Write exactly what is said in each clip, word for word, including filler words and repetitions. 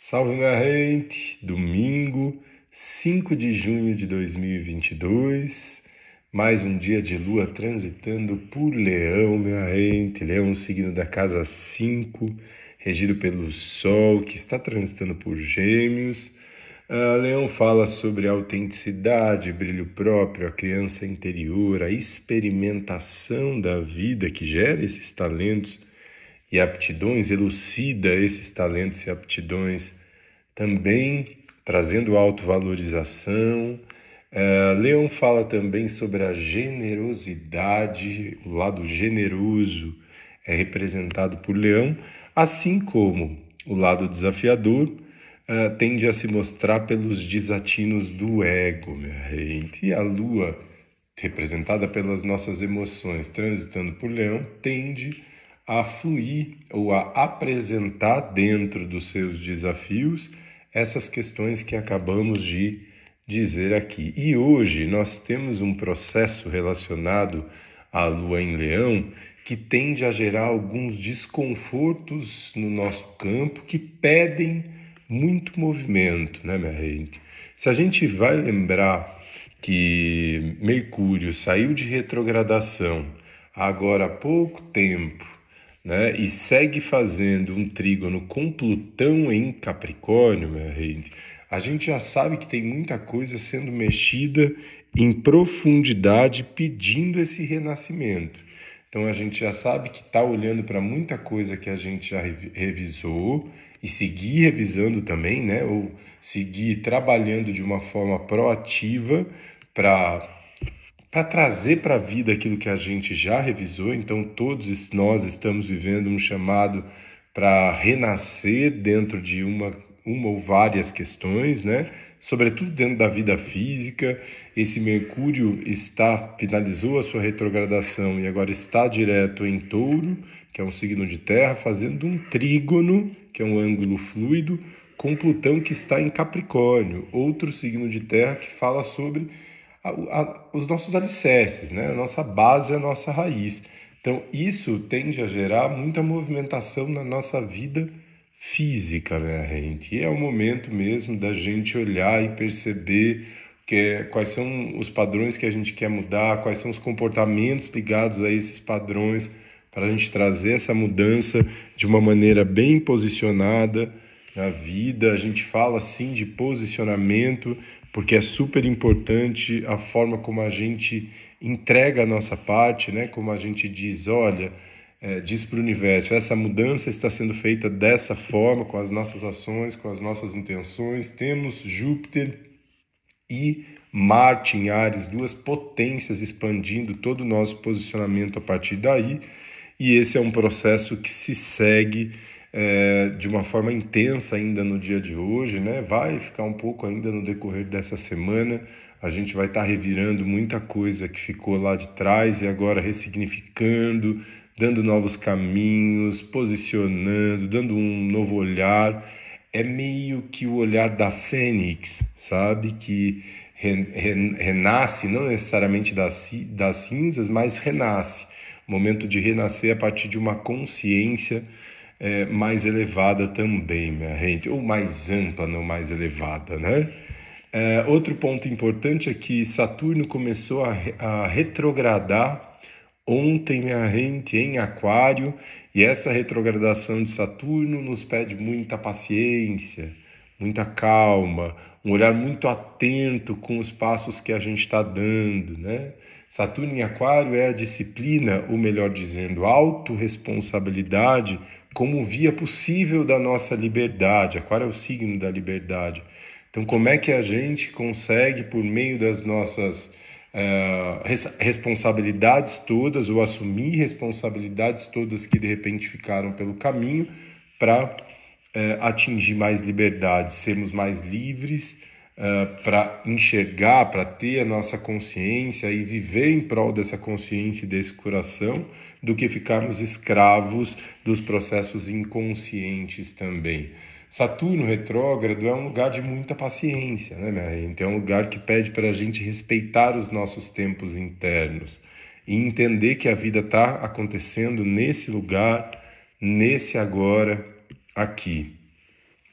Salve minha gente! Domingo, cinco de junho de dois mil e vinte e dois, mais um dia de lua transitando por Leão, minha gente. Leão, signo da casa cinco, regido pelo Sol, que está transitando por Gêmeos. Uh, Leão fala sobre a autenticidade, brilho próprio, a criança interior, a experimentação da vida que gera esses talentos e aptidões, elucida esses talentos e aptidões, também trazendo autovalorização. Uh, Leão fala também sobre a generosidade, o lado generoso é representado por Leão, assim como o lado desafiador uh, tende a se mostrar pelos desatinos do ego, minha gente. E a Lua, representada pelas nossas emoções, transitando por Leão, tende a fluir ou a apresentar dentro dos seus desafios essas questões que acabamos de dizer aqui. E hoje nós temos um processo relacionado à Lua em Leão que tende a gerar alguns desconfortos no nosso campo que pedem muito movimento, né, minha gente? Se a gente vai lembrar que Mercúrio saiu de retrogradação agora há pouco tempo, né, e segue fazendo um trígono com Plutão em Capricórnio, minha gente, a gente já sabe que tem muita coisa sendo mexida em profundidade pedindo esse renascimento. Então a gente já sabe que está olhando para muita coisa que a gente já revisou e seguir revisando também, né, ou seguir trabalhando de uma forma proativa para para trazer para a vida aquilo que a gente já revisou. Então todos nós estamos vivendo um chamado para renascer dentro de uma, uma ou várias questões, né? Sobretudo dentro da vida física. Esse Mercúrio está, finalizou a sua retrogradação e agora está direto em Touro, que é um signo de terra, fazendo um trígono, que é um ângulo fluido, com Plutão que está em Capricórnio, outro signo de terra que fala sobre A, a, os nossos alicerces, né? A nossa base, a nossa raiz. Então, isso tende a gerar muita movimentação na nossa vida física, né, gente? E é o momento mesmo da gente olhar e perceber que, quais são os padrões que a gente quer mudar, quais são os comportamentos ligados a esses padrões, para a gente trazer essa mudança de uma maneira bem posicionada na vida. A gente fala, sim, de posicionamento, porque é super importante a forma como a gente entrega a nossa parte, né? Como a gente diz, olha, é, diz para o universo, essa mudança está sendo feita dessa forma, com as nossas ações, com as nossas intenções. Temos Júpiter e Marte em Áries, duas potências expandindo todo o nosso posicionamento a partir daí, e esse é um processo que se segue É, de uma forma intensa ainda no dia de hoje, né? Vai ficar um pouco ainda no decorrer dessa semana. A gente vai estar tá revirando muita coisa que ficou lá de trás e agora ressignificando, dando novos caminhos, posicionando, dando um novo olhar. É meio que o olhar da Fênix, sabe? Que re, re, renasce, não necessariamente das, das cinzas, mas renasce. Momento de renascer a partir de uma consciência É, mais elevada também, minha gente, ou mais ampla, não mais elevada, né? É, outro ponto importante é que Saturno começou a, a retrogradar ontem, minha gente, em Aquário, e essa retrogradação de Saturno nos pede muita paciência, muita calma, um olhar muito atento com os passos que a gente está dando, né? Saturno em Aquário é a disciplina, ou melhor dizendo, autorresponsabilidade como via possível da nossa liberdade. Aquário é o signo da liberdade. Então, como é que a gente consegue, por meio das nossas uh, res- responsabilidades todas, ou assumir responsabilidades todas que de repente ficaram pelo caminho, para uh, atingir mais liberdade, sermos mais livres, uh, para enxergar, para ter a nossa consciência e viver em prol dessa consciência e desse coração, do que ficarmos escravos dos processos inconscientes também. Saturno retrógrado é um lugar de muita paciência, né, minha gente? É um lugar que pede para a gente respeitar os nossos tempos internos e entender que a vida está acontecendo nesse lugar, nesse agora, aqui.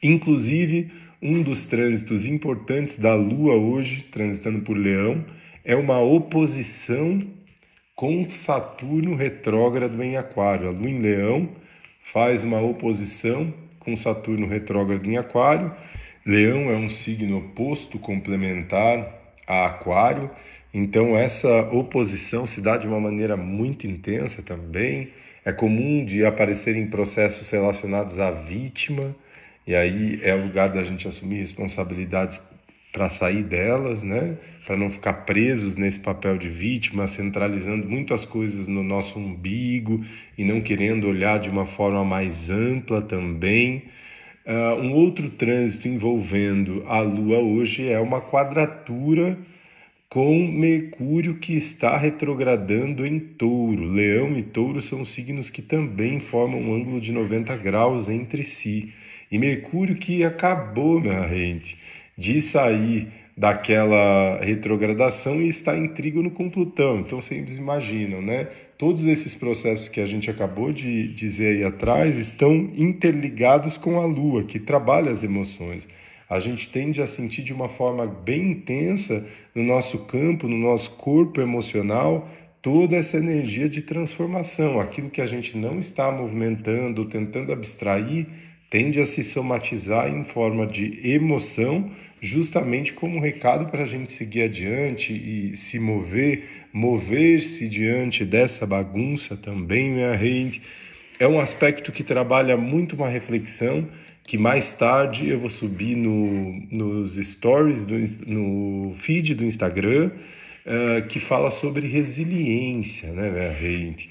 Inclusive, um dos trânsitos importantes da Lua hoje, transitando por Leão, é uma oposição com Saturno retrógrado em Aquário. A Lua em Leão faz uma oposição com Saturno retrógrado em Aquário. Leão é um signo oposto, complementar a Aquário, então essa oposição se dá de uma maneira muito intensa também. É comum de aparecerem processos relacionados à vítima, e aí é o lugar da gente assumir responsabilidades para sair delas, né? Para não ficar presos nesse papel de vítima, centralizando muitas coisas no nosso umbigo e não querendo olhar de uma forma mais ampla também. Uh, um outro trânsito envolvendo a Lua hoje é uma quadratura com Mercúrio, que está retrogradando em Touro. Leão e Touro são signos que também formam um ângulo de noventa graus entre si. E Mercúrio que acabou, minha gente, de sair daquela retrogradação e está em trígono com Plutão. Então vocês imaginam, né? Todos esses processos que a gente acabou de dizer aí atrás estão interligados com a Lua, que trabalha as emoções. A gente tende a sentir de uma forma bem intensa no nosso campo, no nosso corpo emocional, toda essa energia de transformação. Aquilo que a gente não está movimentando, tentando abstrair, tende a se somatizar em forma de emoção, justamente como um recado para a gente seguir adiante e se mover, mover-se diante dessa bagunça também, minha gente. É um aspecto que trabalha muito uma reflexão, que mais tarde eu vou subir no, nos stories, do, no feed do Instagram, uh, que fala sobre resiliência, né, minha gente?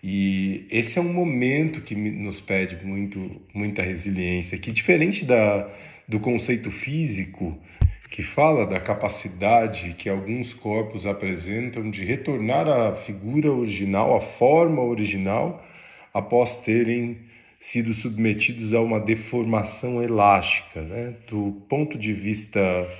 E esse é um momento que nos pede muito, muita resiliência, que diferente da, do conceito físico, que fala da capacidade que alguns corpos apresentam de retornar à figura original, à forma original, após terem sido submetidos a uma deformação elástica, né? Do ponto de vista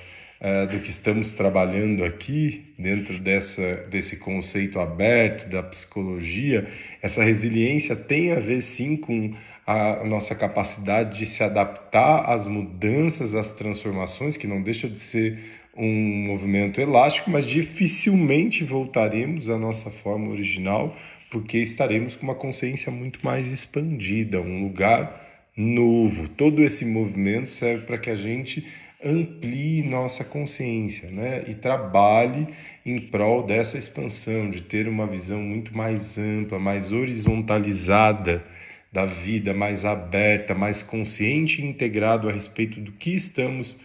uh, do que estamos trabalhando aqui, dentro dessa, desse conceito aberto da psicologia, essa resiliência tem a ver sim com a nossa capacidade de se adaptar às mudanças, às transformações, que não deixa de ser um movimento elástico, mas dificilmente voltaremos à nossa forma original, porque estaremos com uma consciência muito mais expandida, um lugar novo. Todo esse movimento serve para que a gente amplie nossa consciência, né? E trabalhe em prol dessa expansão, de ter uma visão muito mais ampla, mais horizontalizada da vida, mais aberta, mais consciente e integrado a respeito do que estamos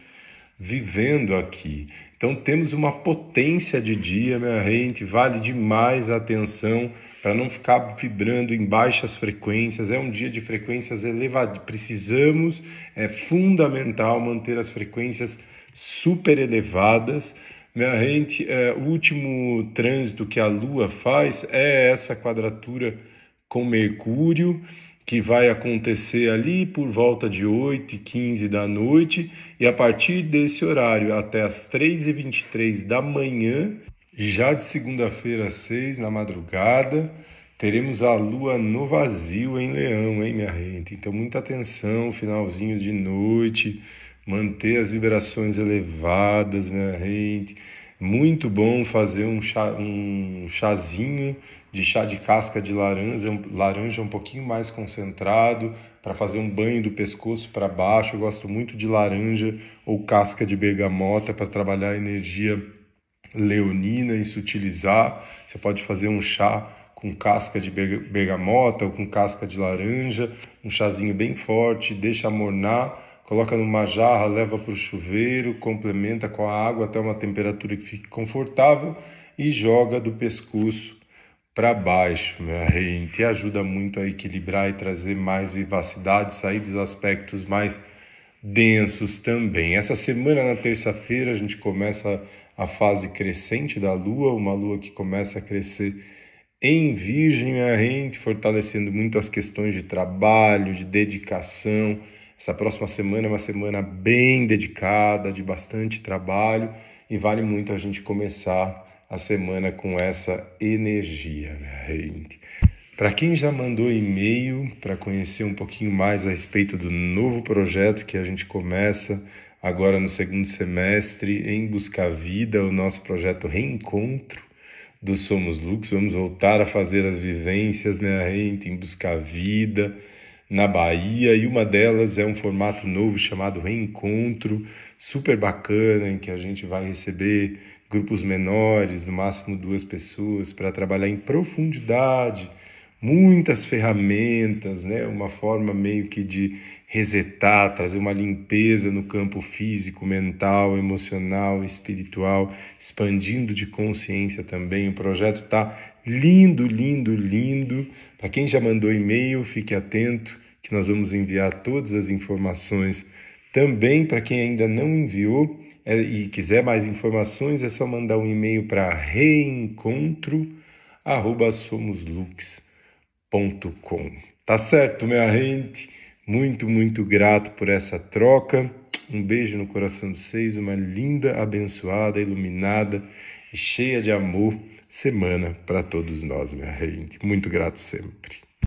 vivendo aqui. Então temos uma potência de dia, minha gente, vale demais a atenção para não ficar vibrando em baixas frequências. É um dia de frequências elevadas, precisamos, é fundamental manter as frequências super elevadas. Minha gente, é, o último trânsito que a Lua faz é essa quadratura com Mercúrio, que vai acontecer ali por volta de oito e quinze da noite, e a partir desse horário até as três e vinte e três da manhã, já de segunda-feira às seis, na madrugada, teremos a Lua no vazio em Leão, hein, minha gente? Então, muita atenção, finalzinho de noite, manter as vibrações elevadas, minha gente. Muito bom fazer um, chá, um chazinho de chá de casca de laranja, um, laranja um pouquinho mais concentrado, para fazer um banho do pescoço para baixo. Eu gosto muito de laranja ou casca de bergamota para trabalhar a energia leonina e sutilizar. Você pode fazer um chá com casca de bergamota ou com casca de laranja, um chazinho bem forte, deixa amornar, coloca numa jarra, leva para o chuveiro, complementa com a água até uma temperatura que fique confortável e joga do pescoço para baixo, minha gente. Ajuda muito a equilibrar e trazer mais vivacidade, sair dos aspectos mais densos também. Essa semana, na terça-feira, a gente começa a fase crescente da Lua, uma Lua que começa a crescer em Virgem, minha gente, fortalecendo muito as questões de trabalho, de dedicação. Essa próxima semana é uma semana bem dedicada, de bastante trabalho, e vale muito a gente começar a semana com essa energia, minha gente. Para quem já mandou e-mail para conhecer um pouquinho mais a respeito do novo projeto que a gente começa agora no segundo semestre em Buscar Vida, o nosso projeto Reencontro do Somos Lux, vamos voltar a fazer as vivências, minha gente, em Buscar Vida, na Bahia, e uma delas é um formato novo chamado Reencontro, super bacana, em que a gente vai receber grupos menores, no máximo duas pessoas, para trabalhar em profundidade, muitas ferramentas, né? Uma forma meio que de resetar, trazer uma limpeza no campo físico, mental, emocional, espiritual, expandindo de consciência também. O projeto está lindo, lindo, lindo. Para quem já mandou e-mail, fique atento que nós vamos enviar todas as informações. Também para quem ainda não enviou é, e quiser mais informações, é só mandar um e-mail para reencontro arroba somoslux ponto com. Tá certo, minha gente? Muito, muito grato por essa troca. Um beijo no coração de vocês, uma linda, abençoada, iluminada e cheia de amor semana para todos nós, minha gente. Muito grato sempre.